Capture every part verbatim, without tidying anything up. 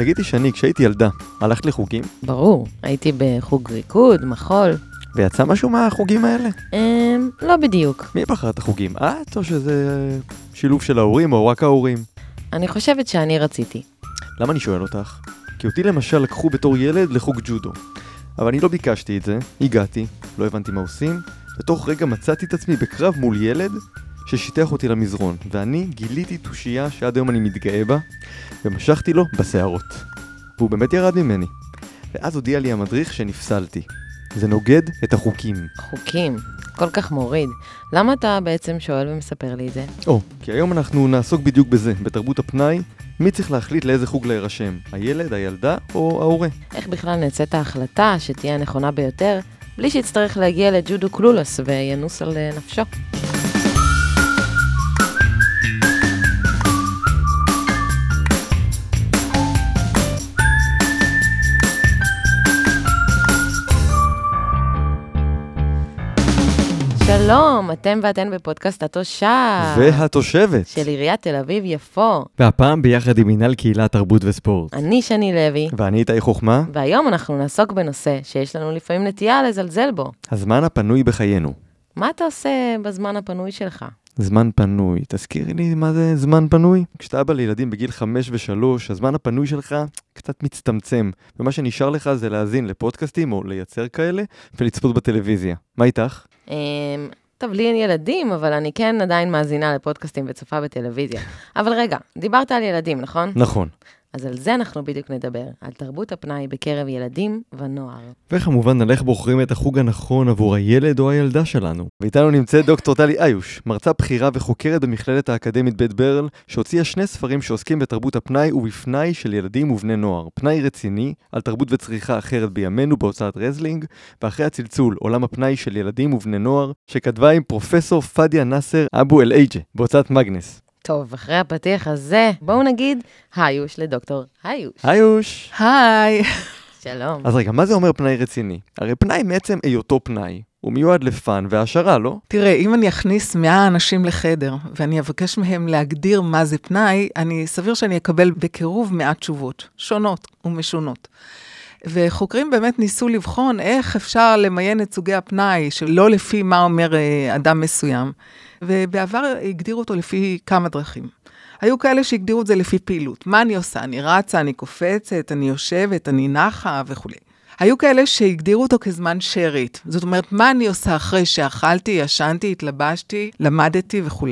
תגידי שני, כשהייתי ילדה, הלכת לחוגים? ברור, הייתי בחוג ריקוד, מחול. ויצא משהו מהחוגים האלה? אמ, לא בדיוק. מי בחר את החוגים? את או שזה שילוב של ההורים או רק ההורים? אני חושבת שאני רציתי. למה אני שואל אותך? כי אותי למשל לקחו בתור ילד לחוג ג'ודו. אבל אני לא ביקשתי את זה, הגעתי, לא הבנתי מה עושים, ותוך רגע מצאתי את עצמי בקרב מול ילד ששיתח אותי למזרון, ואני גיליתי תושייה שעד היום אני מתגאה בה, ומשכתי לו בשערות. והוא באמת ירד ממני. ואז הודיע לי המדריך שנפסלתי. זה נוגד את החוקים. חוקים, כל כך מוריד. למה אתה בעצם שואל ומספר לי את זה? או, כי היום אנחנו נעסוק בדיוק בזה, בתרבות הפנאי, מי צריך להחליט לאיזה חוג להירשם, הילד, הילדה או ההורה? איך בכלל נעשית ההחלטה שתהיה הנכונה ביותר, בלי שיצטרך להגיע לג'ודו קלולוס וינוס על נפשו? שלום, אתם ואתן בפודקאסט התושב. והתושבת. של עיריית תל אביב יפו. והפעם ביחד עם מנהל קהילת תרבות וספורט. אני שני לוי. ואני איתי חוכמה. והיום אנחנו נעסוק בנושא שיש לנו לפעמים נטייה לזלזל בו. הזמן הפנוי בחיינו. מה אתה עושה בזמן הפנוי שלך? זמן פנוי. תזכירי לי מה זה זמן פנוי? כשאתה אבא לילדים בגיל חמש ושלוש, הזמן הפנוי שלך קצת מצטמצם. ומה שנשאר לך זה להאזין לפודקאסטים או לייצר כאלה ולצפות בטלוויזיה. מה איתך? טוב, לי אין ילדים, אבל אני כן עדיין מאזינה לפודקאסטים וצופה בטלוויזיה. אבל רגע, דיברת על ילדים, נכון? נכון. אז על זה אנחנו בדיוק נדבר, על תרבות הפנאי בקרב ילדים ונוער. וכמובן על איך בוחרים את החוג הנכון עבור הילד או הילדה שלנו. ואיתנו נמצאת דוקטור טלי איוש, מרצה בכירה וחוקרת במכללת האקדמית בית ברל, שהוציאה שני ספרים שעוסקים בתרבות הפנאי ובפנאי של ילדים ובני נוער. פנאי רציני, על תרבות וצריכה אחרת בימינו בהוצאת רזלינג, ואחרי הצלצול, עולם הפנאי של ילדים ובני נוער, שכתבה עם פרופסור פדיה נאסר אבו אל-אייג'ה, בהוצאת מגנס. טוב, אחרי הפתיח הזה, בואו נגיד היוש לדוקטור היוש. היוש. היי. שלום. אז רגע, מה זה אומר פנאי רציני? הרי פנאי מעצם היותו פנאי. הוא מיועד לפן והשערה, לא? תראה, אם אני אכניס מאה אנשים לחדר, ואני אבקש מהם להגדיר מה זה פנאי, אני סביר שאני אקבל בקירוב מעט תשובות, שונות ומשונות. וחוקרים באמת ניסו לבחון איך אפשר למיין את סוגי הפנאי, שלא לפי מה אומר אדם מסוים, ובעבר הגדירו אותו לפי כמה דרכים. היו כאלה שהגדירו את זה לפי פעילות. מה אני עושה? אני רצה, אני קופצת, אני יושבת, אני נחה וכו'. היו כאלה שהגדירו אותו כזמן שארית. זאת אומרת, מה אני עושה אחרי שאכלתי, ישנתי, התלבשתי, למדתי וכו'.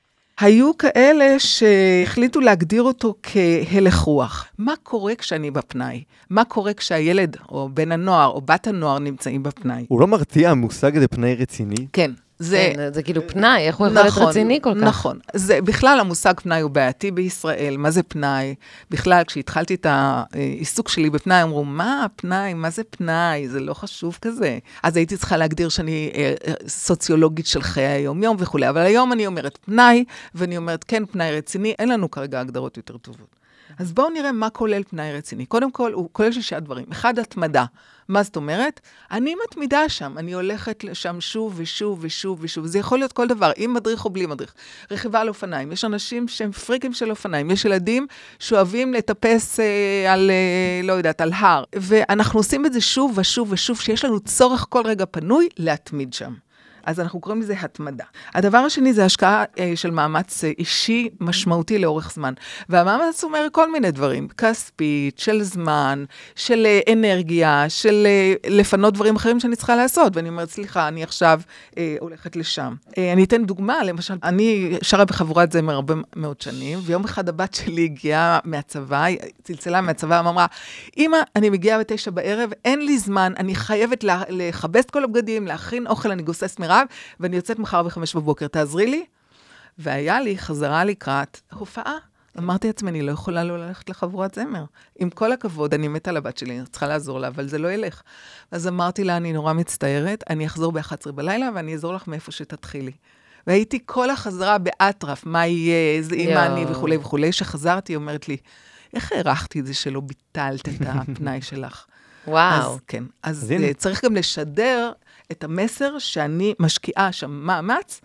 היו כאלה שהחליטו להגדיר אותו כהלך רוח. מה קורה כשאני בפנאי? מה קורה כשהילד או בן הנוער או בת הנוער נמצאים בפנאי? הוא לא מרתיע המושג הזה פנאי רציני? כן. זה, כן, זה כאילו פנאי, איך הוא יכול להיות רציני כל כך? נכון, זה, בכלל המושג פנאי הוא בעייתי בישראל, מה זה פנאי? בכלל, כשהתחלתי את העיסוק שלי בפנאי, אמרו, מה הפנאי? מה זה פנאי? זה לא חשוב כזה. אז הייתי צריכה להגדיר שאני סוציולוגית של חיי היום-יום וכו', אבל היום אני אומרת פנאי, ואני אומרת, כן, פנאי רציני, אין לנו כרגע הגדרות יותר טובות. אז בואו נראה מה כולל פנאי רציני. קודם כל, הוא כולל שישה דברים. אחד, התמדה. מה זאת אומרת? אני מתמידה שם, אני הולכת לשם שוב ושוב ושוב ושוב. זה יכול להיות כל דבר, עם מדריך או בלי מדריך. רכיבה על אופניים. יש אנשים שהם פריקים של אופניים. יש ילדים שאוהבים לטפס אה, על, אה, לא יודעת, על הר. ואנחנו עושים את זה שוב ושוב ושוב, שיש לנו צורך כל רגע פנוי להתמיד שם. אז אנחנו קוראים לזה התמדה. הדבר השני זה השקעה אה, של מאמץ אה, אישי משמעותי לאורך זמן. והמאמץ אומר כל מיני דברים, כספית, של זמן, של אה, אנרגיה, של אה, לפנות דברים אחרים שאני צריכה לעשות. ואני אומרת, סליחה, אני עכשיו אה, הולכת לשם. אה, אני אתן דוגמה, למשל, אני שרה בחבורת זמר הרבה מאוד שנים, ויום אחד הבת שלי הגיעה מהצבא, צלצלה מהצבא, אמרה, אמא, אני מגיעה בתשע בערב, אין לי זמן, אני חייבת לחבש כל הבגדים, להכין אוכל, אני גוסס מרב, ואני יוצאת מחר בחמש בבוקר, תעזרי לי? והיה לי חזרה לקראת הופעה. אמרתי לעצמי, אני לא יכולה לא ללכת לחבורת זמר. עם כל הכבוד, אני מתה לבת שלי, אני צריכה לעזור לה, אבל זה לא ילך. אז אמרתי לה, אני נורא מצטערת, אני אחזור ב-אחת עשרה בלילה, ואני אעזור לך מאיפה שתתחילי. והייתי כל החזרה באטרף, מה יהיה, איזה אימא אני וכו' וכו'. שחזרתי, אומרת לי, איך הערכתי את זה שלא ביטלת את הפנאי שלך? וואו. אז כן, אז צריך גם לשדר את המסר שאני משקיעה שם מאמץ,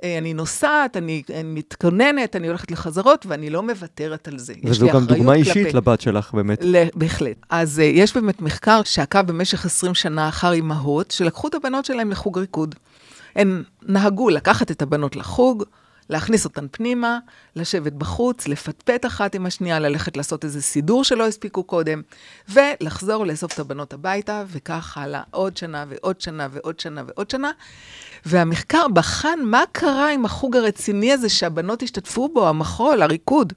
אני נוסעת, אני, אני מתכוננת, אני הולכת לחזרות, ואני לא מוותרת על זה. וזו גם דוגמה אישית כלפי... לבת שלך, באמת. בהחלט. אז יש באמת מחקר שעקב במשך עשרים שנה אחר אמהות, שלקחו את הבנות שלהם לחוג ריקוד. הן נהגו לקחת את הבנות לחוג, להכניס אותן פנימה, לשבת בחוץ, לפטפט אחת עם השנייה, ללכת לעשות איזה סידור שלא הספיקו קודם, ולחזור לאסוף את הבנות הביתה, וכך הלאה עוד שנה ועוד שנה ועוד שנה ועוד שנה. והמחקר בחן מה קרה עם החוג הרציני הזה שהבנות השתתפו בו, המחול, הריקוד.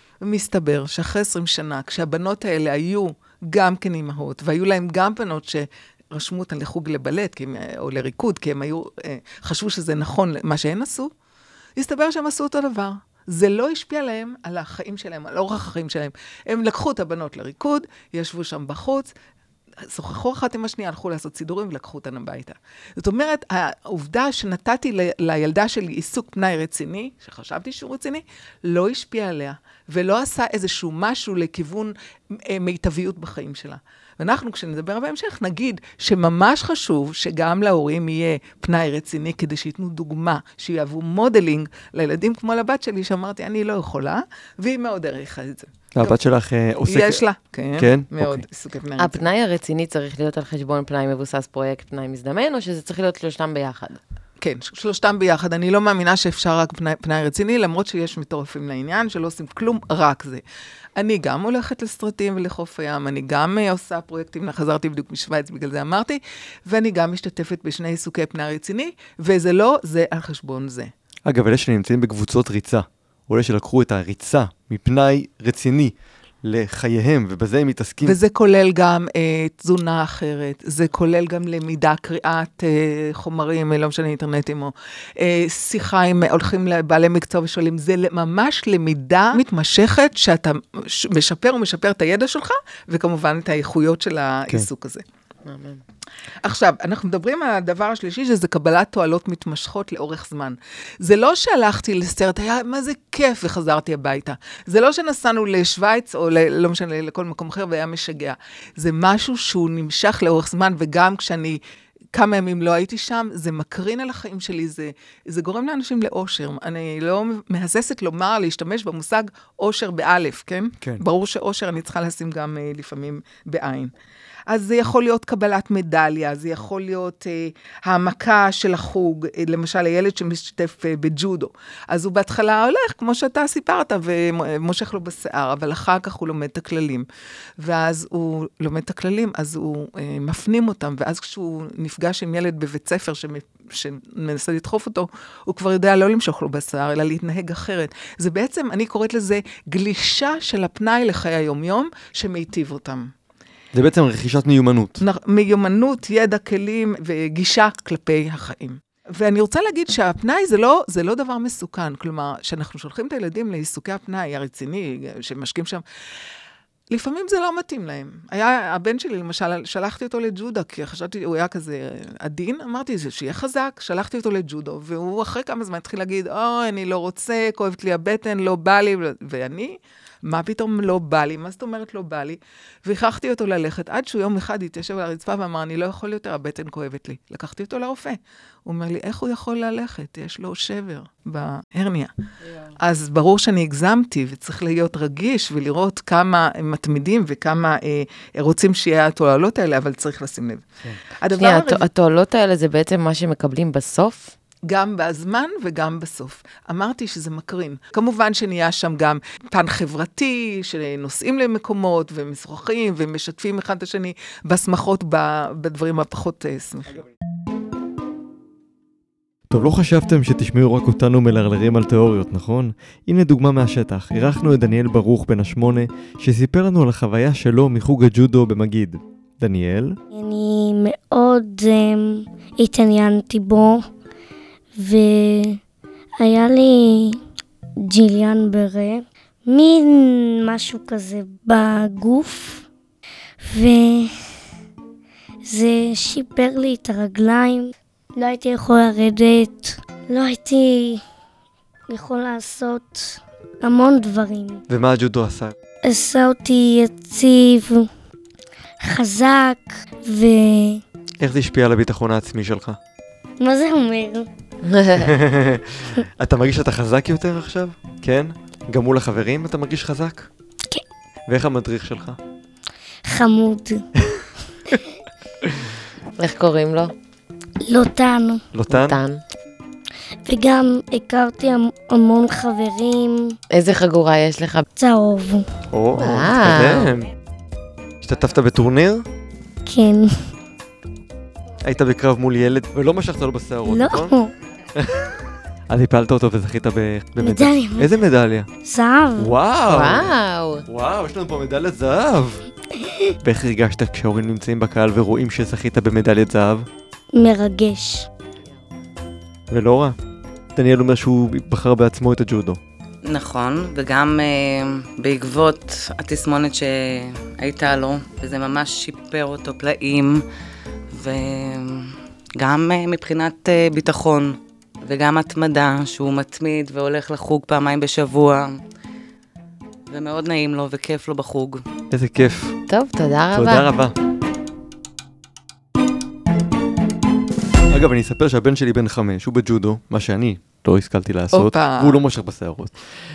ומסתבר שאחרי עשרים שנה, כשהבנות האלה היו גם כן אימהות, והיו להם גם בנות ש... רשמו אותן לחוג לבלט, הם, או לריקוד, כי הם היו, חשבו שזה נכון מה שהן עשו, הסתבר שהם עשו אותו דבר. זה לא השפיע להם על החיים שלהם, על אורח החיים שלהם. הם לקחו את הבנות לריקוד, ישבו שם בחוץ, שוחחו אחת עם השנייה, הלכו לעשות סידורים ולקחו אותן הביתה. זאת אומרת, העובדה שנתתי ל, לילדה שלי עיסוק פנאי רציני, שחשבתי שהוא רציני, לא השפיע עליה, ולא עשה איזשהו משהו לכיוון מיטביות בחיים שלה. ואנחנו, כשנדבר בהמשך, נגיד שממש חשוב שגם להורים יהיה פנאי רציני, כדי שיתנו דוגמה, שיהוו מודלינג לילדים כמו לבת שלי, שאמרתי, אני לא יכולה, והיא מאוד העריכה את זה. הבת שלך עוסקת... יש לה, כן, כן? מאוד אוקיי. עיסוקי פנאי רציני. הפנאי הרציני צריך להיות על חשבון פנאי מבוסס פרויקט פנאי מזדמן, או שזה צריך להיות שלושתם ביחד? כן, שלושתם ביחד. אני לא מאמינה שאפשר רק פנאי, פנאי רציני, למרות שיש מטורפים לעניין, שלא עושים כלום, רק זה. אני גם הולכת לסרטים ולחוף הים, אני גם עושה פרויקטים, חזרתי בדיוק משוויץ, בגלל זה אמרתי, ואני גם משתתפת בשני עיסוקי פנאי רציני, וזה לא, זה על חשבון זה. אגב, אלה שנמצאים בקבוצות ריצה, או אלה שלקחו את הריצה מפנאי רציני לחייהם, ובזה הם מתעסקים. וזה כולל גם אה, תזונה אחרת, זה כולל גם למידה, קריאת אה, חומרים, לא משנה אינטרנטים, או אה, שיחה עם, הולכים לבעלי מקצוע ושואלים, זה ממש למידה מתמשכת, שאתה משפר ומשפר את הידע שלך, וכמובן את האיכויות של העיסוק הזה. מאמן. עכשיו, אנחנו מדברים על הדבר השלישי, שזה קבלת תועלות מתמשכות לאורך זמן. זה לא שהלכתי לסרט, היה מה זה כיף וחזרתי הביתה. זה לא שנסענו לשוויץ, או ל, לא משנה, לכל מקום אחר, והיה משגע. זה משהו שהוא נמשך לאורך זמן, וגם כשאני כמה ימים לא הייתי שם, זה מקרין על החיים שלי, זה, זה גורם לאנשים לאושר. אני לא מהססת לומר, להשתמש במושג אושר באלף, כן? כן. ברור שאושר אני צריכה לשים גם אה, לפעמים בעין. אז זה יכול להיות קבלת מדליה, זה יכול להיות אה, העמקה של החוג, אה, למשל הילד שמשתתף אה, בג'ודו. אז הוא בהתחלה הולך, כמו שאתה סיפרת, ומושך לו בשיער, אבל אחר כך הוא לומד את הכללים. ואז הוא לומד את הכללים, אז הוא אה, מפנים אותם, ואז כשהוא נפגש עם ילד בבית ספר שמ... שמנסה לדחוף אותו, הוא כבר יודע לא למשוך לו בשיער, אלא להתנהג אחרת. זה בעצם, אני קוראת לזה, גלישה של הפנאי לחיי היומיום, שמיטיב אותם. זה בעצם רכישת מיומנות. מיומנות, ידע, כלים וגישה כלפי החיים. ואני רוצה להגיד שהפנאי זה לא, זה לא דבר מסוכן. כלומר, שאנחנו שולחים את הילדים לעיסוקי הפנאי הרציני, שמשקים שם, לפעמים זה לא מתאים להם. היה, הבן שלי, למשל, שלחתי אותו לג'ודו, כי חשבתי, הוא היה כזה עדין, אמרתי, שיהיה חזק, שלחתי אותו לג'ודו, והוא אחרי כמה זמן התחיל להגיד, או, אני לא רוצה, כואבת לי הבטן, לא בא לי, ואני... מה פתאום לא בא לי? מה זאת אומרת לא בא לי? והכרחתי אותו ללכת, עד שהוא יום אחד התיישב על הרצפה ואמר, אני לא יכול יותר, הבטן כואבת לי. לקחתי אותו לרופא. הוא אומר לי, איך הוא יכול ללכת? יש לו שבר בהרניה. Yeah. אז ברור שאני הגזמתי, וצריך להיות רגיש, ולראות כמה מתמידים, וכמה אה, רוצים שיהיה התועלות האלה, אבל צריך לשים לב. Yeah. שנייה, הת... התועלות האלה זה בעצם מה שמקבלים בסוף? גם בזמן וגם בסוף. אמרתי שזה מקרין. כמובן שנהיה שם גם פן חברתי, שנוסעים למקומות ומשוחחים ומשתפים אחד את השני בשמחות בדברים הפחות שמחים. טוב, לא חשבתם שתשמעו רק אותנו מלרלרים על תיאוריות, נכון? הנה דוגמה מהשטח. אירחנו את דניאל ברוך בן השמונה, שסיפר לנו על החוויה שלו מחוג הג'ודו במגיד. דניאל? אני מאוד um, התעניינתי בו. והיה לי ג'יליאן ברה, מין משהו כזה בגוף, וזה שיפר לי את הרגליים, לא הייתי יכול לרדת, לא הייתי יכול לעשות המון דברים. ומה הג'ודו עשה? עשה אותי יציב, חזק, ו... איך זה השפיע על הביטחון העצמי שלך? מה זה אומר? אתה מרגיש שאתה חזק יותר עכשיו? כן? גם מול החברים אתה מרגיש חזק? כן. ואיך המדריך שלך? חמוד. איך קוראים לו? לוטן. לוטן? מתן. וגם הכרתי המ- המון חברים. איזה חגורה יש לך? צהוב. או, וואו. מתקדם. השתתפת בטורניר? כן. היית בקרב מול ילד ולא משכת לו בשערות, נכון? לא. אז הפלת אותו וזכית ב- במדליה. מדליה. איזה מדליה? זהב. וואו! וואו. וואו, יש לנו פה מדליית זהב. ואיך הרגשת כשההורים נמצאים בקהל ורואים שזכית במדליית זהב? מרגש. ולא רע. דניאל אומר שהוא בחר בעצמו את הג'ודו. נכון, וגם uh, בעקבות התסמונת שהייתה לו, וזה ממש שיפר אותו פלאים, וגם uh, מבחינת uh, ביטחון, וגם התמדה, שהוא מתמיד והולך לחוג פעמיים בשבוע, ומאוד נעים לו וכיף לו בחוג. איזה כיף. טוב, תודה רבה. תודה רבה. אגב, אני אספר שהבן שלי בן חמש, הוא בג'ודו, מה שאני לא השכלתי לעשות, אופה. והוא לא מושך בשערות.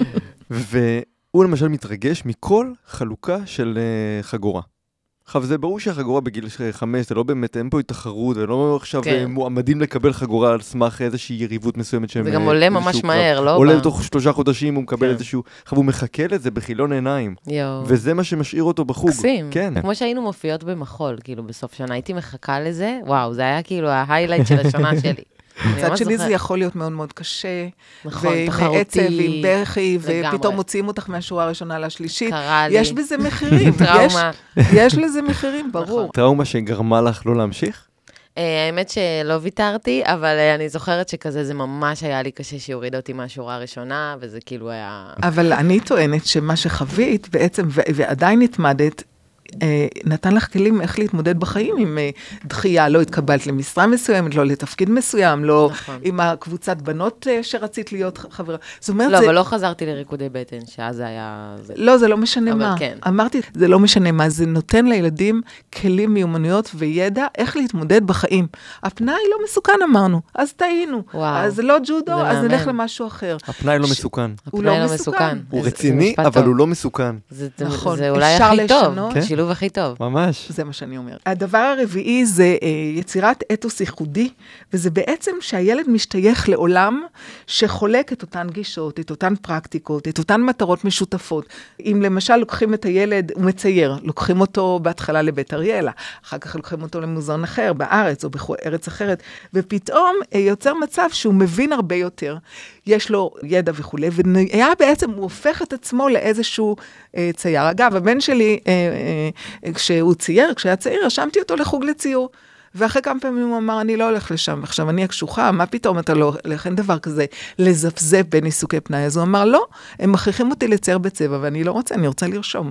והוא למשל מתרגש מכל חלוקה של uh, חגורה. עכשיו, זה ברור שהחגורה בגיל חמש, זה לא באמת, אין פה התחרות, ולא עכשיו כן. מועמדים לקבל חגורה על סמך איזושהי יריבות מסוימת. זה גם עולה ממש מהר, לא? עולה ב- בתוך שלושה חודשים, הוא מקבל כן. איזשהו... עכשיו, הוא מחכה לזה בחילון עיניים. יואו. וזה מה שמשאיר אותו בחוג. מקסים. כן. כמו שהיינו מופיעות במחול, כאילו בסוף שנה, הייתי מחכה לזה, וואו, זה היה כאילו ההיילייט של השנה שלי. אני מצד ממש שני זוכרת. זה יכול להיות מאוד מאוד קשה, נכון, ועם תחרותי. עצב, ועם בכי, לגמרי. ופתאום מוציאים אותך מהשורה הראשונה לשלישית. קרה לי. יש בזה מחירים, טראומה. יש, יש לזה מחירים, ברור. נכון. טראומה שגרמה לך לא להמשיך? אה, האמת שלא ויתרתי, אבל אה, אני זוכרת שכזה זה ממש היה לי קשה שהוריד אותי מהשורה הראשונה, וזה כאילו היה... אבל אני טוענת שמה שחווית בעצם, ו- ועדיין התמדת, אה, נתן לך כלים איך להתמודד בחיים עם אה, דחייה, לא התקבלת למשרה מסוימת, לא לתפקיד מסוים, לא נכון. עם הקבוצת בנות אה, שרצית להיות חברה. זאת אומרת, לא, זה... אבל לא חזרתי לריקודי בטן, שאז זה היה... זה... לא, זה לא משנה אבל מה. כן. אמרתי, זה לא משנה מה, זה נותן לילדים כלים, מיומנויות וידע איך להתמודד בחיים. הפנאי לא מסוכן, אמרנו, אז טעינו. וואו. אז זה לא ג'ודו, זה אז מהמם. נלך למשהו אחר. הפנאי לא ש- מסוכן. הוא הפנאי לא לא מסוכן. מסוכן. הוא זה- רציני, זה משפט אבל טוב. הוא לא מסוכן. זה, נכון, זה אולי אפשר הכי טוב, לשנות. כן. השילוב הכי טוב. ממש. זה מה שאני אומרת. הדבר הרביעי זה אה, יצירת אתוס ייחודי, וזה בעצם שהילד משתייך לעולם שחולק את אותן גישות, את אותן פרקטיקות, את אותן מטרות משותפות. אם למשל לוקחים את הילד, הוא מצייר, לוקחים אותו בהתחלה לבית אריאלה, אחר כך לוקחים אותו למוזיאון אחר, בארץ או בארץ אחרת, ופתאום אה, יוצר מצב שהוא מבין הרבה יותר, יש לו ידע וכו', והיה בעצם, הוא הופך את עצמו לאיזשהו אה, צייר. אגב, הבן שלי, אה, אה, כשהוא צייר, כשהיה צעיר, רשמתי אותו לחוג לציור. ואחרי כמה פעמים הוא אמר, אני לא הולך לשם, ועכשיו אני הקשוחה, מה פתאום אתה לא הולך, אין דבר כזה, לזפזפ בין עיסוקי פנאי. אז הוא אמר, לא, הם מכריחים אותי לצייר בצבע, ואני לא רוצה, אני רוצה לרשום.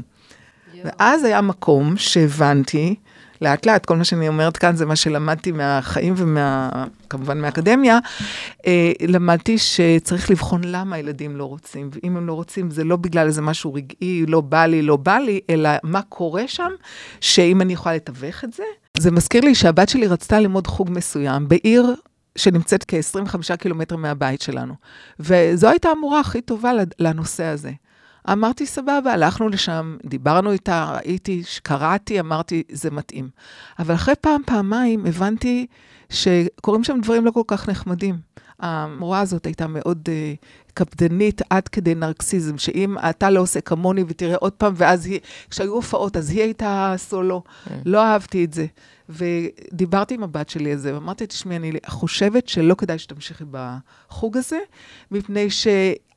ואז היה מקום שהבנתי, לאט לאט, כל מה שאני אומרת כאן, זה מה שלמדתי מהחיים וכמובן מהאקדמיה, אה, למדתי שצריך לבחון למה הילדים לא רוצים, ואם הם לא רוצים, זה לא בגלל איזה משהו רגעי, לא בא לי, לא בא לי, אלא מה קורה שם, שאם אני יכולה לתווך את זה, זה מזכיר לי שהבת שלי רצתה ללמוד חוג מסוים, בעיר שנמצאת כ-עשרים וחמישה קילומטר מהבית שלנו, וזו הייתה המורה הכי טובה לנושא הזה. אמרתי, סבבה, הלכנו לשם, דיברנו איתה, ראיתי, קראתי, אמרתי, זה מתאים. אבל אחרי פעם, פעמיים, הבנתי שקוראים שם דברים לא כל כך נחמדים. המורה הזאת הייתה מאוד uh, קפדנית עד כדי נרקסיזם, שאם אתה לא עושה כמוני ותראה עוד פעם, ואז היא, כשהיו הופעות, אז היא הייתה סולו. לא אהבתי את זה. ודיברתי עם הבת שלי על זה, ואמרתי, תשמעי, אני חושבת שלא כדאי שתמשיכי בחוג הזה, מפני ש...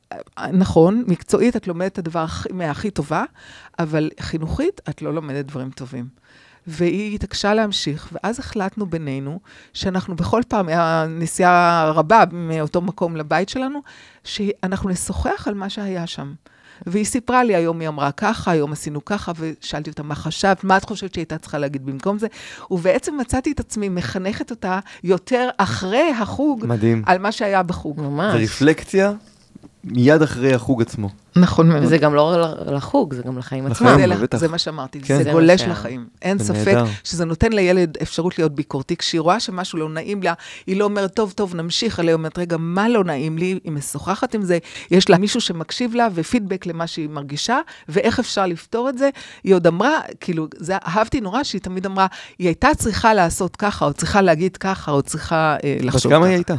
נכון, מקצועית את לומדת את הדבר מהכי טובה, אבל חינוכית את לא לומדת דברים טובים. והיא התעקשה להמשיך, ואז החלטנו בינינו, שאנחנו בכל פעם, הנסיעה רבה מאותו מקום לבית שלנו, שאנחנו נשוחח על מה שהיה שם. והיא סיפרה לי, היום היא אמרה ככה, היום עשינו ככה, ושאלתי אותה מה חשבת, מה את חושבת שהייתה צריכה להגיד במקום זה, ובעצם מצאתי את עצמי מחנכת אותה יותר אחרי החוג, מדהים. על מה שהיה בחוג. ממש. זה רפלקציה מיד אחרי החוג עצמו. נכון מאוד. וזה גם לא לחוג, זה גם לחיים לחיים. עצמם. זה, מה, לח- בטח. זה מה שאמרתי, כן. זה זה גולש מה ש- לחיים. אין זה ספק נהדר. שזה נותן לילד אפשרות להיות ביקורתי. כשהיא רואה שמשהו לא נעים לה, היא לא אומרת, טוב, טוב, נמשיך, אלא היא אומרת, רגע, מה לא נעים לי? היא משוחחת עם זה, יש לה מישהו שמקשיב לה, ופידבק למה שהיא מרגישה, ואיך אפשר לפתור את זה. היא עוד אמרה, כאילו, זה, אהבתי נורא שהיא תמיד אמרה, היא הייתה צריכה לעשות ככה, או צריכה להגיד ככה, או צריכה אה, בת לחשוב כמה ככה. היא הייתה?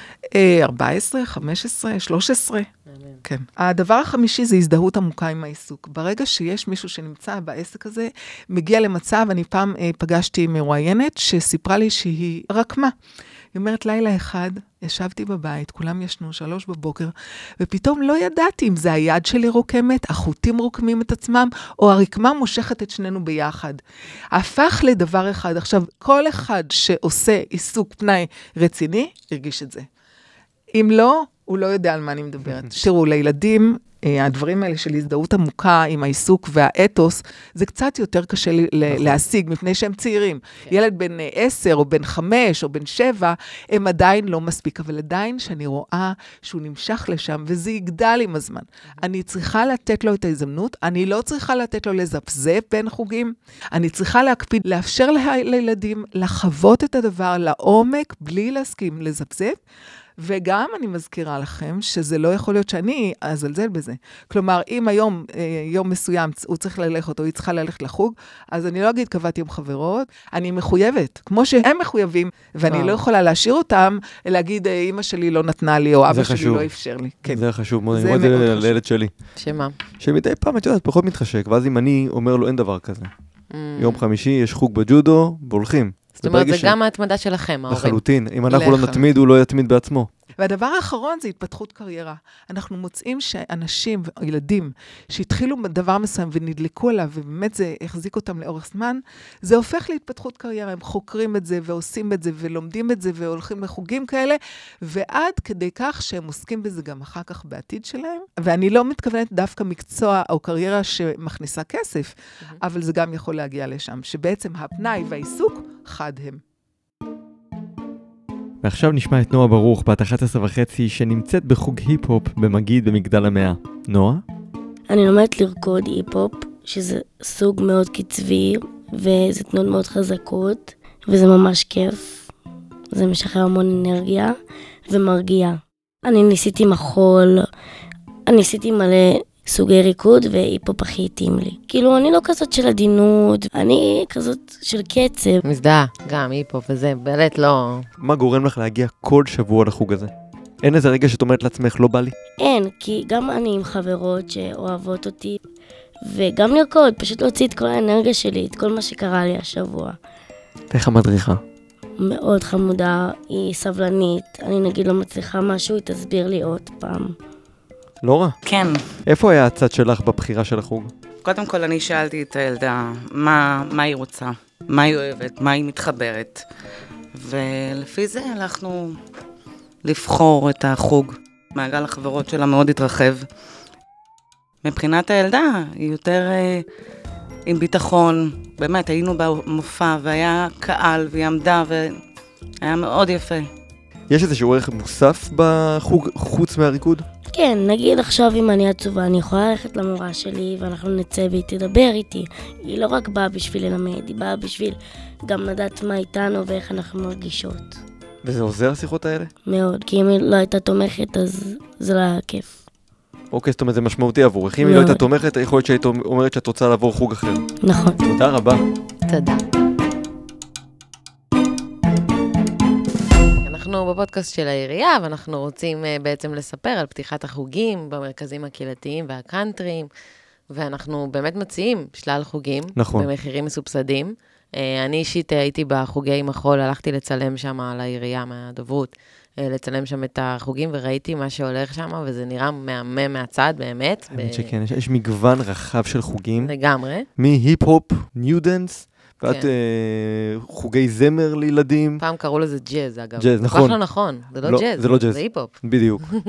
אה, ארבע עשרה, חמש עשרה, שלוש עשרה. כן. הדבר החמישי זה הזדהות עמוקה עם העיסוק. ברגע שיש מישהו שנמצא בעסק הזה, מגיע למצב, אני פעם אה, פגשתי מרואיינת שסיפרה לי שהיא רקמה. היא אומרת, לילה אחד, ישבתי בבית, כולם ישנו, שלוש בבוקר, ופתאום לא ידעתי אם זה היד שלי רוקמת, החוטים רוקמים את עצמם, או הרקמה מושכת את שנינו ביחד. הפך לדבר אחד. עכשיו, כל אחד שעושה עיסוק פנאי רציני, הרגיש את זה. אם לא, הוא לא יודע על מה אני מדברת. תראו, לילדים, הדברים האלה של הזדהות עמוקה עם העיסוק והאתוס, זה קצת יותר קשה להשיג, מפני שהם צעירים. ילד בן עשר, או בן חמש, או בן שבע, הם עדיין לא מספיק, אבל עדיין שאני רואה שהוא נמשך לשם, וזה יגדל עם הזמן. אני צריכה לתת לו את ההזדמנות, אני לא צריכה לתת לו לזפזפ בין חוגים, אני צריכה להקפיד, לאפשר לילדים לחוות את הדבר לעומק, בלי להסכים לזפזפ, וגם אני מזכירה לכם שזה לא יכול להיות שאני אזלזל בזה. כלומר, אם היום, יום מסוים, הוא צריך ללכת או היא צריכה ללכת לחוג, אז אני לא אגיד קבעתי עם חברות, אני מחויבת, כמו שהם מחויבים, ואני לא יכולה להשאיר אותם, להגיד, אמא שלי לא נתנה לי, או אבא שלי לא אפשר לי. זה חשוב מאוד, אני רואה את זה לילד שלי. שמה? שמדי פעם, את יודעת, פחות מתחשק, ואז אם אני אומר לו, אין דבר כזה. יום חמישי, יש חוג בג'ודו, והולכים. זאת אומרת, זה גם ההתמדה שלכם, ההורים. לחלוטין. אם אנחנו לא נתמיד, הוא לא יתמיד בעצמו. והדבר האחרון זה התפתחות קריירה. אנחנו מוצאים שאנשים וילדים שהתחילו בדבר מסוים ונדלקו עליו, ובאמת זה החזיק אותם לאורך זמן, זה הופך להתפתחות קריירה. הם חוקרים את זה ועושים את זה ולומדים את זה והולכים לחוגים כאלה, ועד כדי כך שהם עוסקים בזה גם אחר כך בעתיד שלהם. ואני לא מתכוונת דווקא מקצוע או קריירה שמכניסה כסף, אבל זה גם יכול להגיע לשם, שבעצם הפנאי והעיסוק חד הם. ועכשיו נשמע את נועה ברוך, בת אחת עשרה וחצי, שנמצאת בחוג היפ-הופ במגיד במגדל המאה. נועה? אני לומדת לרקוד היפ-הופ, שזה סוג מאוד קצבי, וזה תנועות מאוד חזקות, וזה ממש כיף. זה משחרר המון אנרגיה ומרגיע. אני ניסיתי מחול, אני ניסיתי מלא סוגי ריקוד, והיפ-הופ הכי התאים לי. כאילו, אני לא כזאת של עדינות, אני כזאת של קצב. מזדהה, גם היפ-הופ וזה, באמת לא... מה גורם לך להגיע כל שבוע לחוג הזה? אין איזה רגע שאת אומרת לעצמך, לא בא לי? אין, כי גם אני עם חברות שאוהבות אותי, וגם לרקוד, פשוט להוציא את כל האנרגיה שלי, את כל מה שקרה לי השבוע. איך המדריכה? מאוד חמודה, היא סבלנית, אני נגיד לא מצליחה משהו, היא תסביר לי עוד פעם. לא רע. כן. איפה היה הצד שלך בבחירה של החוג? קודם כל אני שאלתי את הילדה מה, מה היא רוצה, מה היא אוהבת, מה היא מתחברת. ולפי זה הלכנו לבחור את החוג. מעגל החברות שלה מאוד התרחב. מבחינת הילדה היא יותר אה, עם ביטחון. באמת, היינו במופע והיה קהל והיא עמדה והיה מאוד יפה. יש איזשהו ערך מוסף בחוג חוץ מהריקוד? כן, נגיד עכשיו אם אני עצובה, אני יכולה ללכת למורה שלי ואנחנו נצא והיא תדבר איתי. היא לא רק באה בשביל ללמד, היא באה בשביל גם לדעת מה איתנו ואיך אנחנו מרגישות. וזה עוזר השיחות האלה? מאוד, כי אם היא לא הייתה תומכת אז זה לא היה כיף. אוקיי, זאת אומרת זה משמעותי עבורך. אם היא לא הייתה תומכת, יכול להיות שהיית אומרת שאת רוצה לעבור חוג אחר. נכון. תודה רבה. תודה. אנחנו בפודקאסט של העירייה, ואנחנו רוצים בעצם לספר על פתיחת החוגים במרכזים הקהילתיים והקאנטריים, ואנחנו באמת מציעים שלל חוגים, נכון. במחירים מסובסדים. אני אישית הייתי בחוגי עם החול, הלכתי לצלם שם על העירייה מהדוברות, לצלם שם את החוגים, וראיתי מה שהולך שם, וזה נראה מהמם מהצד, באמת. האמת שכן, יש, יש מגוון רחב של חוגים. לגמרי. מהיפ-הופ, ניו דנס, ועד כן. uh, חוגי זמר לילדים. פעם קראו לזה ג'אז, אגב. ג'אז, נכון. זה לא נכון, זה לא, לא ג'אז, זה לא ג'אז. זה היפ-הופ. בדיוק.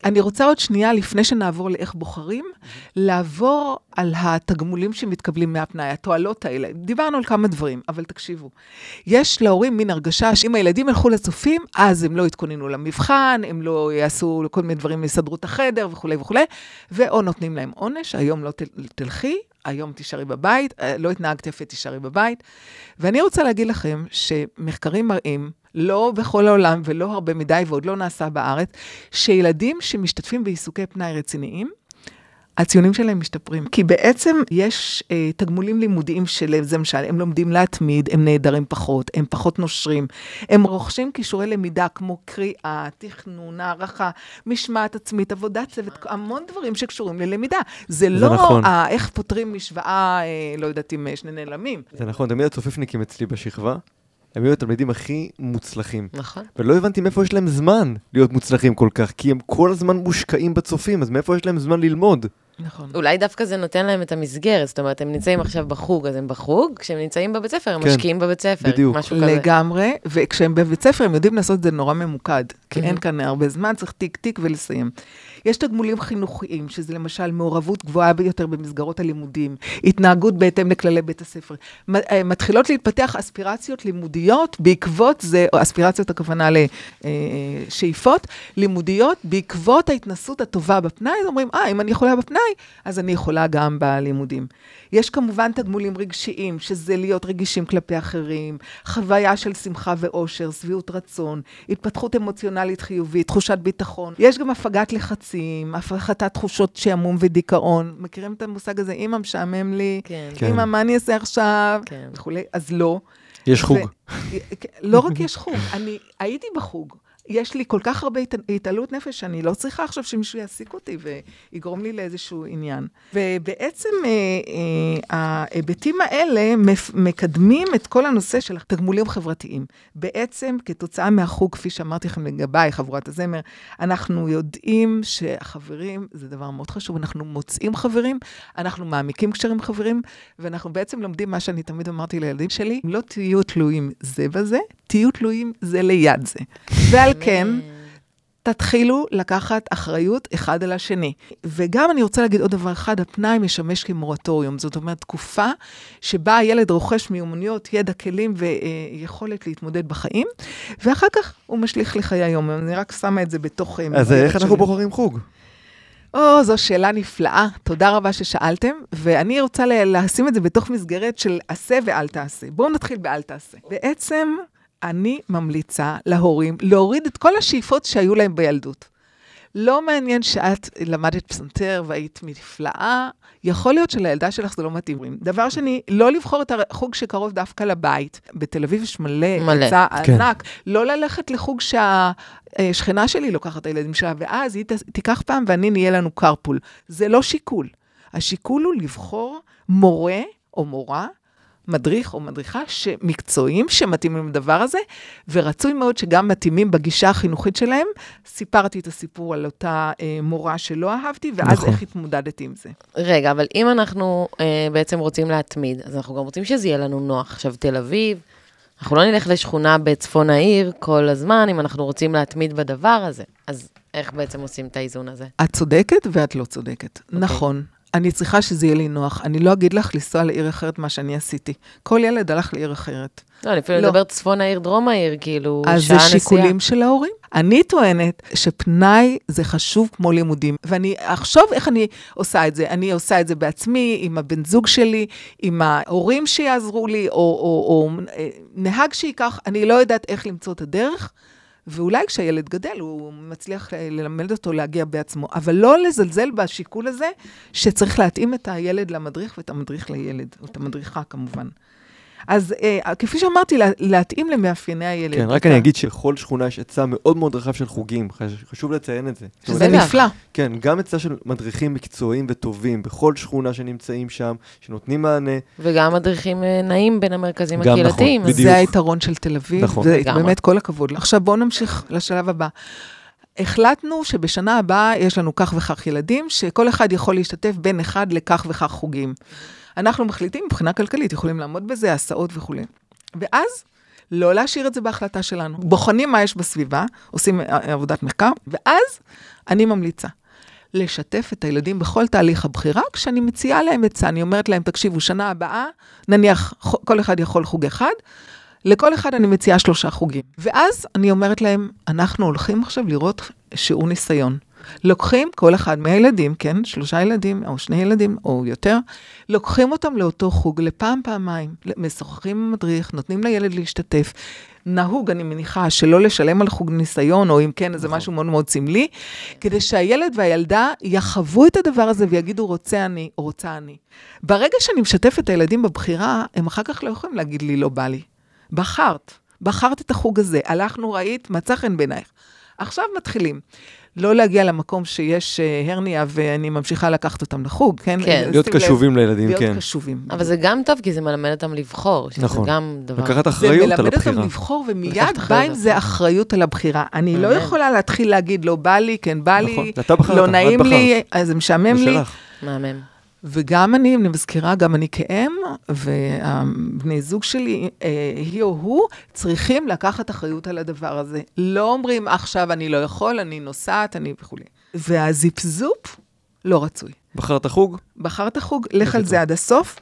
אני רוצה עוד שנייה, לפני שנעבור לאיך בוחרים, לעבור על התגמולים שמתקבלים מהפנאי, התועלות האלה. דיברנו על כמה דברים, אבל תקשיבו. יש להורים מין הרגשה שאם הילדים הלכו לצופים, אז הם לא התכוננו למבחן, הם לא יעשו כל מיני דברים, יסדרו את החדר וכו' וכו', ואו נותנים להם עונש, היום לא תלכי, היום תישארי בבית, לא התנהגת יפה, תישארי בבית. ואני רוצה להגיד לכם שמחקרים מראים, לא בכל העולם ולא הרבה מדי, ועוד לא נעשה בארץ, שילדים שמשתתפים בעיסוקי פנאי רציניים, הציונים שלהם משתפרים. כי בעצם יש אה, תגמולים לימודיים של זה משל, הם לומדים להתמיד, הם נהדרים פחות, הם פחות נושרים, הם רוכשים כישורי למידה כמו קריאה, תכנון, הערכה, משמעת עצמית, עבודת צוות, המון דברים שקשורים ללמידה. זה, זה לא נכון. אה, איך פותרים משוואה, אה, לא יודעת אם שני נעלמים. זה נכון, תמיד הצופפניקים אצלי בשכבה, הם היו התלמידים הכי מוצלחים. נכון. ולא הבנתי מאיפה יש להם זמן להיות מוצלחים כל כך, כי הם כל הזמן מושקעים בצופים, אז מאיפה יש להם זמן ללמוד? נכון. אולי דווקא זה נותן להם את המסגרת, זאת אומרת, הם נמצאים עכשיו בחוג, אז הם בחוג, כשהם נמצאים בבית ספר, הם כן, משקיעים בבית ספר, בדיוק. משהו כזה. לגמרי, וכשהם בבית ספר, הם יודעים לעשות את זה נורא ממוקד, כי אין כאן הרבה זמן, צריך טיק טיק ולסיים. יש תגמולים חינוכיים, שזה למשל מעורבות גבוהה ביותר במסגרות הלימודים, התנהגות בהתאם לכללי בית הספר. מתחילות להתפתח אספירציות לימודיות, בעקבות זה, או אספירציות הכוונה לשאיפות, לימודיות, בעקבות ההתנסות הטובה בפנאי, אומרים, אה, אם אני יכולה בפנאי, אז אני יכולה גם בלימודים. יש כמובן תגמולים רגשיים, שזה להיות רגישים כלפי אחרים, חוויה של שמחה ואושר, שביעות רצון, התפתחות אמוציונלית חיובית, תחושת ביטחון. יש גם הפגת לחצים, הפחתת תחושות שעמום ודיכאון. מכירים את המושג הזה? אמא משעמם לי, כן. כן. אמא, מה אני אעשה עכשיו? כן. וכולי. אז לא. יש חוג. ו... לא רק יש חוג, אני הייתי בחוג. יש לי כל כך הרבה התעלות נפש, שאני לא צריכה עכשיו שמישהו יעסיק אותי ויגרום לי לאיזשהו עניין. ובעצם אה, אה, ההיבטים האלה מקדמים את כל הנושא של תגמולים חברתיים. בעצם כתוצאה מהחוג, כפי שאמרתי לכם לגביי, חבורת הזמר, אנחנו יודעים שהחברים זה דבר מאוד חשוב, אנחנו מוצאים חברים, אנחנו מעמיקים קשרים חברים, ואנחנו בעצם לומדים מה שאני תמיד אמרתי לילדים שלי, לא תהיו תלויים זה בזה, תהיו תלויים זה ליד זה. ועל כן, תתחילו לקחת אחריות אחד על השני. וגם אני רוצה להגיד עוד דבר אחד, הפנאי משמש כמורטוריום, זאת אומרת, תקופה שבה הילד רוכש מיומנויות, ידע, כלים ויכולת להתמודד בחיים, ואחר כך הוא משליך לחיי היום. אני רק שמה את זה בתוך... אז איך אנחנו בוחרים חוג? או, זו שאלה נפלאה. תודה רבה ששאלתם, ואני רוצה לשים את זה בתוך מסגרת של עשה ואל תעשה. בואו נתחיל באל תעשה. בעצם... אני ממליצה להורים להוריד את כל השאיפות שהיו להם בילדות. לא מעניין שאת למדת פסנתר והיית נפלאה, יכול להיות שלילדה שלך זה לא מתאים. דבר שני, לא לבחור את החוג שקרוב דווקא לבית. בתל אביב יש מלא, יצא ענק. לא ללכת לחוג שהשכנה שלי לוקחת את הילדים שלה, ואז היא תיקח פעם ואני נהיה לנו קרפול. זה לא שיקול. השיקול הוא לבחור מורה או מורה, מדריך או מדריכה שמקצועיים שמתאימים לדבר הזה, ורצוי מאוד שגם מתאימים בגישה החינוכית שלהם. סיפרתי את הסיפור על אותה אה, מורה שלא אהבתי, ואז נכון. איך התמודדתי עם זה. רגע, אבל אם אנחנו אה, בעצם רוצים להתמיד, אז אנחנו גם רוצים שזה יהיה לנו נוח. עכשיו, תל אביב, אנחנו לא נלך לשכונה בצפון העיר כל הזמן, אם אנחנו רוצים להתמיד בדבר הזה. אז איך בעצם עושים את האיזון הזה? את צודקת ואת לא צודקת. Okay. נכון. אני צריכה שזה יהיה לי נוח. אני לא אגיד לך לנסוע לעיר אחרת מה שאני עשיתי. כל ילד הלך לעיר אחרת. לא, אני אפילו לדבר צפון העיר, דרום העיר, כאילו, שעה נסיעה. אז זה שיקולים של ההורים. אני טוענת שפנאי זה חשוב כמו לימודים, ואני אחשוב איך אני עושה את זה. אני עושה את זה בעצמי, עם הבן זוג שלי, עם ההורים שיעזרו לי, או, או, או נהג שיקח, אני לא יודעת איך למצוא את הדרך, ואולי כשהילד גדל, הוא מצליח ללמד אותו להגיע בעצמו, אבל לא לזלזל בשיקול הזה, שצריך להתאים את הילד למדריך, ואת המדריך לילד, או את המדריכה כמובן. אז אה, כפי שאמרתי, לה, להתאים למאפייני הילד. כן, רק אני אגיד שכל שכונה יש עצה מאוד מאוד רחב של חוגים, חשוב לציין את זה. שזה נפלא. כן, גם עצה של מדריכים מקצועיים וטובים, בכל שכונה שנמצאים שם, שנותנים מענה. וגם מדריכים נעים בין המרכזים הקהילתיים. נכון, זה היתרון של תל אביב, נכון. זה באמת כל הכבוד. עכשיו בואו נמשיך לשלב הבא. החלטנו שבשנה הבאה יש לנו כך וכך ילדים, שכל אחד יכול להשתתף בין אחד לכך וכך חוגים. אנחנו מחליטים מבחינה כלכלית, יכולים לעמוד בזה, הסעות וכו'. ואז לא להשאיר את זה בהחלטה שלנו. בוחנים מה יש בסביבה, עושים עבודת מחקר, ואז אני ממליצה לשתף את הילדים בכל תהליך הבחירה, כשאני מציעה להם עצה, אני אומרת להם, תקשיבו, שנה הבאה, נניח כל אחד יכול חוג אחד, לכל אחד אני מציעה שלושה חוגים. ואז אני אומרת להם, אנחנו הולכים עכשיו לראות שיעור ניסיון. לוקחים כל אחד מהילדים, כן, שלושה ילדים, או שני ילדים, או יותר, לוקחים אותם לאותו חוג, לפעם, פעמיים, משוחחים עם מדריך, נותנים לילד להשתתף. נהוג, אני מניחה, שלא לשלם על חוג ניסיון, או אם כן, זה משהו מאוד מאוד סמלי, כדי שהילד והילדה יחוו את הדבר הזה, ויגידו, רוצה אני, או רוצה אני. ברגע שאני משתף את הילדים בבחירה, הם אחר כך לא יכולים להגיד לי, לא בא לי. בחרת, בחרת את החוג הזה, הלכנו, ראית, מצא חן בעינייך. עכשיו מתחילים. לא להגיע למקום שיש הרניה, ואני ממשיכה לקחת אותם לחוג, כן? כן. להיות קשובים לילדים, כן. להיות קשובים. אבל זה גם טוב, כי זה מלמד אותם לבחור. נכון. זה גם דבר... לקחת אחריות על הבחירה. זה מלמד אותם לבחור, ומיד בא עם זה אחריות על הבחירה. אני לא יכולה להתחיל להגיד, לא בא לי, כן בא לי, לא נעים לי, אז זה משעמם לי. מהמם. וגם אני, אני מזכירה, גם אני כאם, ובני זוג שלי, היא או הוא, צריכים לקחת אחריות על הדבר הזה. לא אומרים, עכשיו אני לא יכול, אני נוסעת, אני וכו'. והזיפזופ לא רצוי. בחרת חוג? בחרת חוג, לך על זה עד הסוף.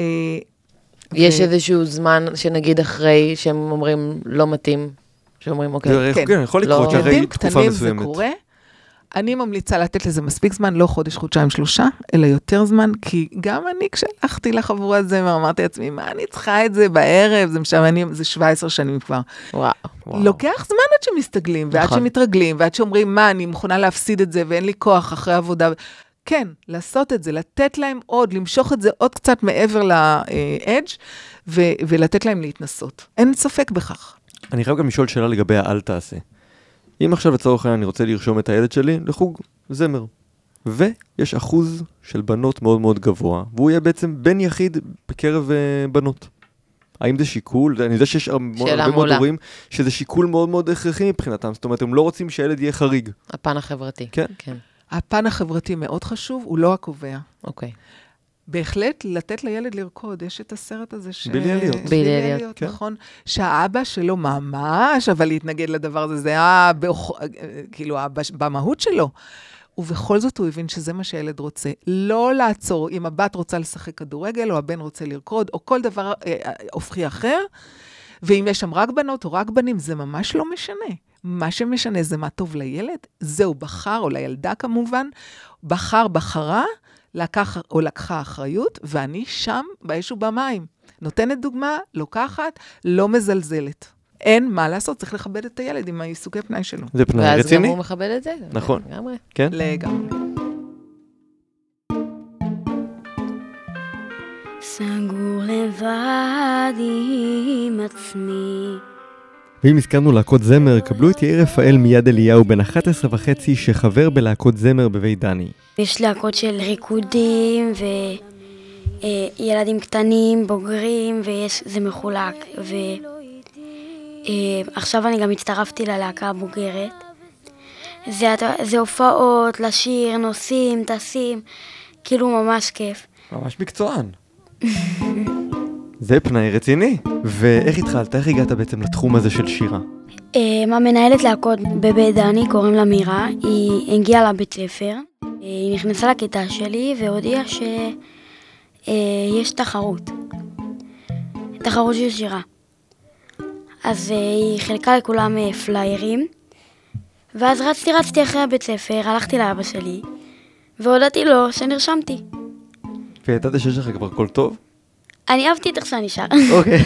יש איזשהו זמן שנגיד אחרי שהם אומרים לא מתאים, שאומרים אוקיי. כן, יכול לקרות שאחרי תקופה מסוימת. זה קורה. אני ממליצה לתת לזה מספיק זמן, לא חודש, חודשיים, שלושה, אלא יותר זמן, כי גם אני כשהלכתי לחבורה הזה, אמרתי לעצמי, מה אני צריכה את זה בערב, זה משעמם, זה שבע עשרה שנים כבר. וואו. לוקח זמן עד שמסתגלים, ועד שמתרגלים, ועד שאומרים, מה, אני מוכנה להפסיד את זה, ואין לי כוח אחרי עבודה. כן, לעשות את זה, לתת להם עוד, למשוך את זה עוד קצת מעבר לאדג' ולתת להם להתנסות. אין ספק בכך. אני חייב גם לשאול שאלה לגבי האל תעשה. אם עכשיו לצורך העניין אני רוצה לרשום את הילד שלי לחוג זמר, ויש אחוז של בנות מאוד מאוד גבוה, והוא יהיה בעצם בן יחיד בקרב uh, בנות. האם זה שיקול? אני יודע שיש הרבה מאוד הורים שזה שיקול מאוד מאוד הכרחי מבחינתם, זאת אומרת, הם לא רוצים שהילד יהיה חריג. הפן החברתי. כן. כן. הפן החברתי מאוד חשוב, הוא לא הקובע. אוקיי. בהחלט לתת לילד לרקוד, יש את הסרט הזה ש... ביליות. ביליות, נכון. שהאבא שלו ממש, אבל להתנגד לדבר הזה, זה היה כאילו במהות שלו. ובכל זאת הוא הבין שזה מה שהילד רוצה. לא לעצור, אם הבת רוצה לשחק כדורגל, או הבן רוצה לרקוד, או כל דבר הופכי אחר, ואם יש שם רק בנות או רק בנים, זה ממש לא משנה. מה שמשנה זה מה טוב לילד, זהו בחר, או לילדה כמובן, בחר, בחרה, לקח או לקחה אחריות, ואני שם באש ובמים. נותנת דוגמה, לוקחת, לא מזלזלת. אין מה לעשות, צריך לכבד את הילד עם העיסוקי פנאי שלו. זה פנאי ואז רציני? ואז גם הוא מכבד את זה? נכון. לגמרי. כן? לגמרי. סגור לבד עם עצמי. ואם הזכרנו להקות זמר, קבלו את יאיר רפאל מיד אליהו בן אחת עשרה וחצי שחבר בלהקות זמר בבית דני. יש להקות של ריקודים וילדים קטנים, בוגרים, וזה מחולק. ועכשיו אני גם הצטרפתי ללהקה הבוגרת. זה, זה הופעות, לשיר, נוסעים, טסים, כאילו ממש כיף. ממש מקצוען. זה פנאי רציני. ואיך התחלת? איך הגעת בעצם לתחום הזה של שירה? המנהלת להקות בבית דני, קוראים לה מירה, היא הגיעה לבית ספר, היא נכנסה לכיתה שלי והודיעה שיש תחרות, תחרות של שירה. אז היא חילקה לכולם פליירים, ואז רצתי רצתי אחרי הבית ספר, הלכתי לאבא שלי, והודעתי לו שנרשמתי. וידעת שיש לך כבר קול טוב? אני אהבתי את איך שאני שר. אוקיי.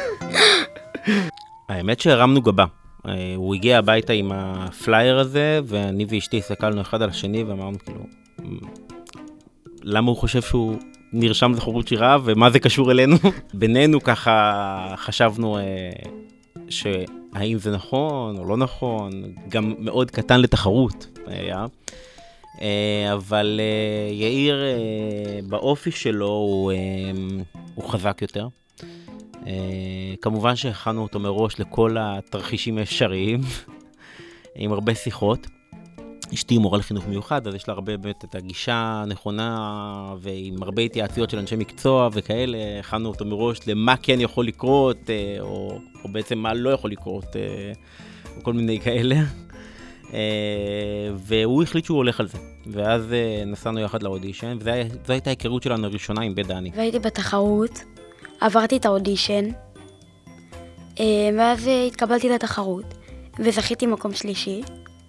האמת שהרמנו גבה. הוא הגיע הביתה עם הפלייר הזה, ואני ואשתי הסתכלנו אחד על השני, ואמרנו כאילו, למה הוא חושב שהוא נרשם לתחרות שירה, ומה זה קשור אלינו? בינינו ככה חשבנו שהאם זה נכון או לא נכון, גם מאוד קטן לתחרות היה. אבל יאיר באופי שלו הוא, הוא חזק יותר. כמובן שהכנו אותו מראש לכל התרחישים האפשריים, עם הרבה שיחות. אשתי מורה לחינוך מיוחד, אז יש לה הרבה באמת את הגישה הנכונה, ועם הרבה התייעצויות של אנשי מקצוע וכאלה, הכנו אותו מראש למה כן יכול לקרות, או, או בעצם מה לא יכול לקרות, או כל מיני כאלה. והוא החליט שהוא הולך על זה, ואז נסענו יחד לאודישן, וזו הייתה ההיכרות שלנו הראשונה עם בית דני. והייתי בתחרות, עברתי את האודישן, ואז התקבלתי לתחרות, וזכיתי מקום שלישי.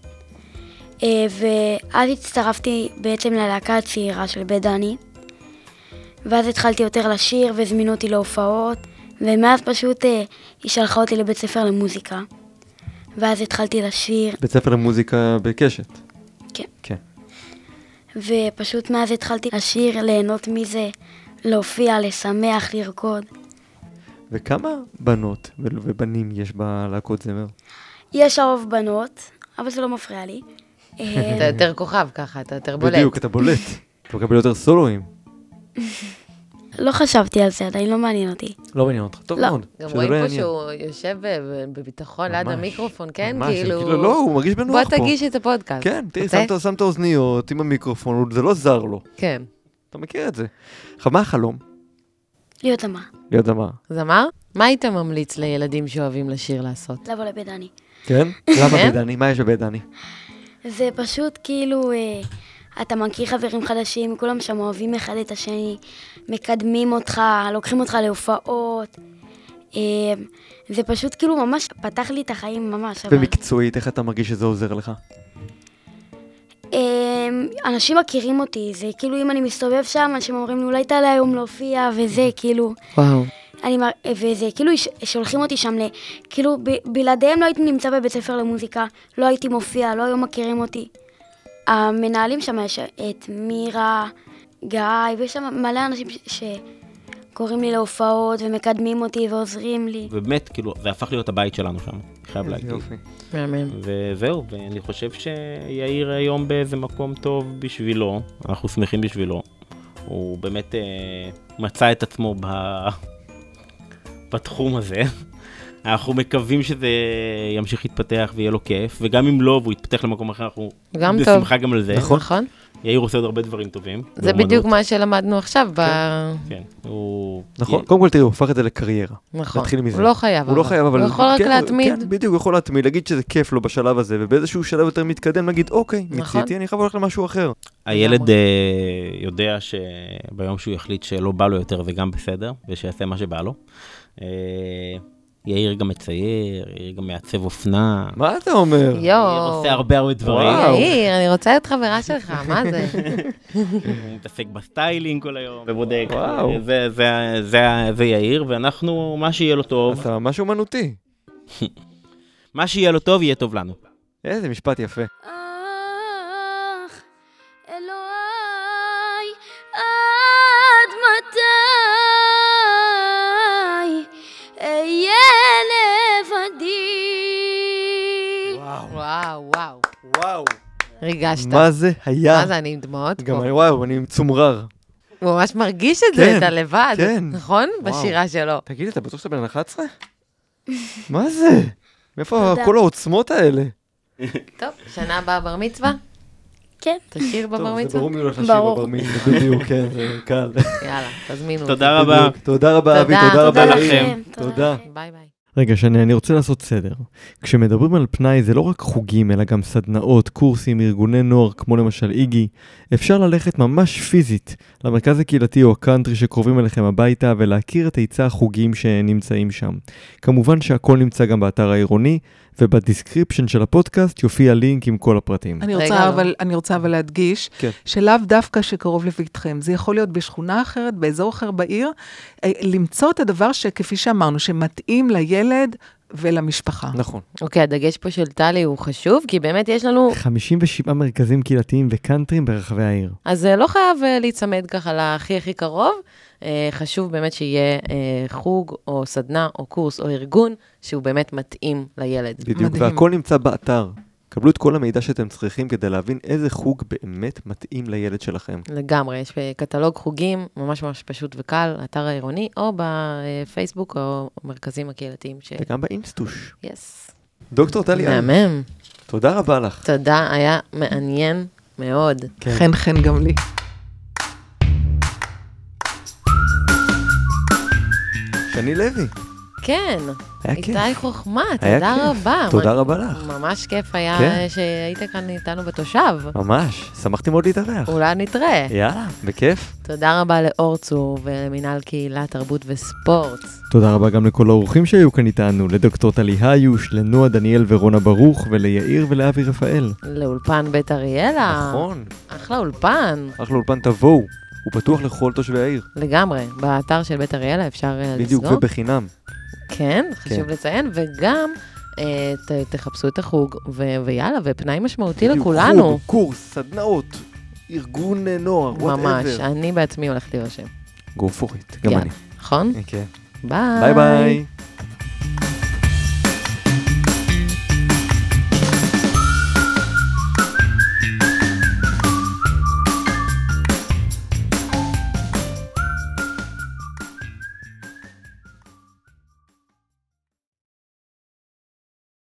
ואז הצטרפתי בעצם ללהקה הצעירה של בית דני, ואז התחלתי יותר לשיר והזמינו אותי להופעות, ומאז פשוט היא שלחה אותי לבית ספר למוזיקה, ואז התחלתי לשיר. בית ספר למוזיקה בקשת? כן. כן. ופשוט מאז התחלתי לשיר, ליהנות מזה, להופיע, לשמח, לרקוד. וכמה בנות ובנים יש בלהקות זמר? יש הרוב בנות, אבל זה לא מפריע לי. אתה יותר כוכב ככה, אתה יותר בולט. בדיוק, אתה בולט. אתה מקבל יותר סולואים. לא חשבתי על זה, עדיין לא מעניין אותי. לא מעניין אותך, טוב לא. מאוד. גם שזה רואים לא פה יעניין. שהוא יושב ב- בביטחון ליד ממש, המיקרופון, כן? ממש, כאילו... כאילו, לא, הוא מרגיש בנוח בוא פה. תגיש את הפודקאסט. כן, תראי, רוצה? שם את- שם את האוזניות עם המיקרופון, הוא- זה לא זר לו. כן. אתה מכיר את זה. עכשיו, מה החלום? להיות זמר. להיות זמר. זמר? מה היית ממליץ לילדים שאוהבים לשיר לעשות? לבוא לבית דני. כן? למה כן? בית דני? מה יש בבית דני? זה פשוט כאילו, אה, אתה מכיר חברים חדשים, כולם שם אוהבים אחד את השני, מקדמים אותך, לוקחים אותך להופעות. אה, זה פשוט כאילו ממש פתח לי את החיים ממש. אבל, ומקצועית, איך אתה מרגיש שזה עוזר לך? אה, אנשים מכירים אותי, זה כאילו אם אני מסתובב שם, אנשים אומרים לי, אולי תעלה היום להופיע, וזה כאילו, וואו. אני, מר- וזה כאילו ש- שולחים אותי שם, ל, כאילו ב, בלעדיהם לא הייתי נמצא בבית ספר למוזיקה, לא הייתי מופיע, לא היו מכירים אותי. המנהלים שם יש את מירה, גיא, ויש שם מלא אנשים ש- שקוראים לי להופעות ומקדמים אותי ועוזרים לי. ובאמת, כאילו, זה הפך להיות הבית שלנו שם, חייב להגיד. יופי. מהמם. וזהו, ואני חושב שיאיר היום באיזה מקום טוב בשבילו, אנחנו שמחים בשבילו. הוא באמת אה, מצא את עצמו ב... בתחום הזה. אנחנו מקווים שזה ימשיך להתפתח ויהיה לו כיף, וגם אם לא, והוא יתפתח למקום אחר, אנחנו גם טוב. בשמחה גם על זה. נכון. נכון? יאיר עושה עוד הרבה דברים טובים. זה באומנות. בדיוק מה שלמדנו עכשיו. ב... כן, הוא... נכון? קודם כל תראו, הוא הפך את זה לקריירה. נכון. נתחיל מזה. הוא לא חייב. הוא לא חייב, אבל... הוא יכול רק כן, להתמיד. כן, בדיוק, הוא יכול להתמיד, להגיד שזה כיף לו בשלב הזה, ובאיזשהו שלב יותר מתקדם, להגיד, אוקיי, נכון. מציתי, אני חייב הולך למשהו אחר. הילד אה, יודע שביום שהוא יחליט שלא בא לו יותר זה גם בסדר, ושיעשה מה שבא לו. אה, יאיר גם מצייר, יאיר גם מעצב אופנה. מה אתה אומר? יאיר יואו. עושה הרבה הרבה דברים. וואו. יאיר, אני רוצה להיות חברה שלך, מה זה? הוא מתעסק בסטיילינג כל היום, ובודק. וואו. זה, זה, זה, זה יאיר, ואנחנו, מה שיהיה לו טוב, אתה ממש אומנותי. מה שיהיה לו טוב, יהיה טוב לנו. איזה משפט יפה. אך, אלוהי, עד מתי אהיה לבדי? וואו, וואו. וואו. ריגשת. מה זה היה? מה זה, אני עם דמעות גם פה. אני, וואו, אני מצומרר. הוא ממש מרגיש את זה, כן, את הלבד. כן. נכון? וואו. בשירה שלו. תגיד, אתה בטוח שאתה בן אחת עשרה? מה זה? מאיפה תודה. כל העוצמות האלה? טוב, שנה הבאה בר מצווה? כן. תשאיר בבר טוב, זה מצווה? ברור מי הולך לשיר ברור. בבר מצווה, בדיוק, כן, זה קל. יאללה, תזמינו אותי. תודה רבה. בדיוק. תודה רבה, אבי, תודה, תודה תודה רבה לכם. לכם. תודה. ביי ביי. רגע, שני, אני רוצה לעשות סדר. כשמדברים על פנאי זה לא רק חוגים, אלא גם סדנאות, קורסים, ארגוני נוער, כמו למשל איגי. אפשר ללכת ממש פיזית למרכז הקהילתי או הקאנטרי שקרובים אליכם הביתה ולהכיר את היצע החוגים שנמצאים שם. כמובן שהכל נמצא גם באתר העירוני, ובדיסקריפשן של הפודקאסט יופיע לינק עם כל הפרטים. אני רגע, רוצה, לא. אבל, אני רוצה אבל להדגיש, כן. שלאו דווקא שקרוב לביתכם, זה יכול להיות בשכונה אחרת, באזור אחר בעיר, אה, למצוא את הדבר שכפי שאמרנו, שמתאים לילד ולמשפחה. נכון. אוקיי, הדגש פה של טלי הוא חשוב, כי באמת יש לנו... חמישים ושבעה מרכזים קהילתיים וקאנטרים ברחבי העיר. אז זה לא חייב אה, להיצמד ככה להכי הכי קרוב. אה, חשוב באמת שיהיה אה, חוג או סדנה או קורס או ארגון שהוא באמת מתאים לילד. בדיוק, מדהים. והכל נמצא באתר. קבלו את כל המידע שאתם צריכים כדי להבין איזה חוג באמת מתאים לילד שלכם. לגמרי, יש קטלוג חוגים ממש ממש פשוט וקל, אתר העירוני, או בפייסבוק או מרכזים הקהילתיים ש... וגם באינסטוש. יס. דוקטור טלי, מהמם. תודה רבה לך. תודה, היה מעניין מאוד. כן. חן חן גם לי. שני לוי. כן, היה כיף. איתי חוכמה, היה תודה כיף. רבה. תודה רבה לך. ממש כיף היה כן. שהיית כאן איתנו בתושב. ממש, שמחתי מאוד להתארח. אולי נתראה. יאללה, בכיף. תודה רבה לאור צור ולמינהל קהילה, תרבות וספורט. תודה רבה גם לכל האורחים שהיו כאן איתנו, לדוקטור טלי היוש, לנועה דניאל ורונה ברוך, וליאיר ולאבי רפאל. לאולפן בית אריאלה. נכון. אחלה אולפן. אחלה אולפן תבואו, הוא פתוח לכל תושבי העיר. לגמרי, באתר של בית אריאלה אפשר אה, בדיוק, לסגור. ובחינם. כן, חשוב לציין, וגם אה, ת, תחפשו את החוג, ו- ויאללה, ופנאי משמעותי בדיוק, לכולנו. חוג, קורס, סדנאות, ארגון אה, נוער, ממש, whatever. אני בעצמי הולכת להירשם. Go for it, גם יאללה. אני. נכון? כן. ביי. ביי ביי.